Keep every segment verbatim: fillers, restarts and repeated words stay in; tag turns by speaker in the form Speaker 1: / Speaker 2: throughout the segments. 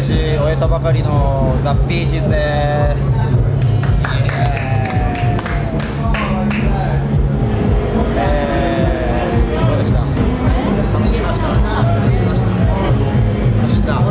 Speaker 1: ジ終えたばかりのザ・ビーチーズです。えー、どうでした？楽しみました。楽しみました。楽しんだ。楽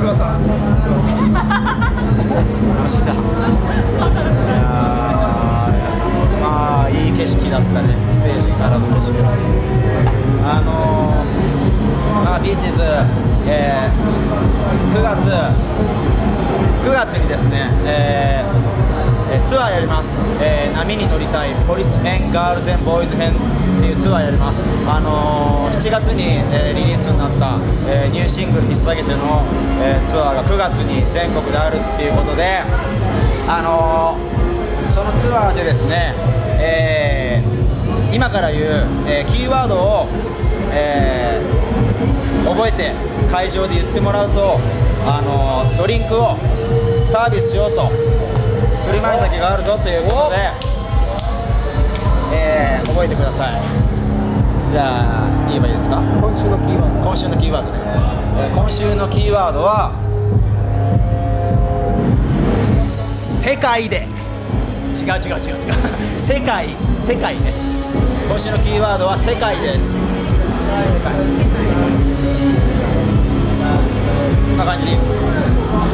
Speaker 1: しんだ。いやー、まあいい景色だったね。ステージからの景色は。あのー、まあビーチーズ、えー、くがつくがつにですね、えー、ツアーやります、えー、波に乗りたいポリス編ガールズボーイズ編っていうツアーやります。あのー、しちがつに、えー、リリースになった、えー、ニューシングル引っ提げての、えー、ツアーがくがつに全国であるっていうことで、あのー、そのツアーでですね、えー、今から言う、えー、キーワードを、えー、覚えて会場で言ってもらうと、あのー、ドリンクをサービスしようと、振る舞い酒があるぞということで、えー、覚えてください。じゃあ言えばいいですか？
Speaker 2: 今週のキーワード。
Speaker 1: 今週のキーワードね、えー、今週のキーワードは世界で。違う違う違う違う世界世界ね。今週のキーワードは世界です。世界。そんな感じでいいの？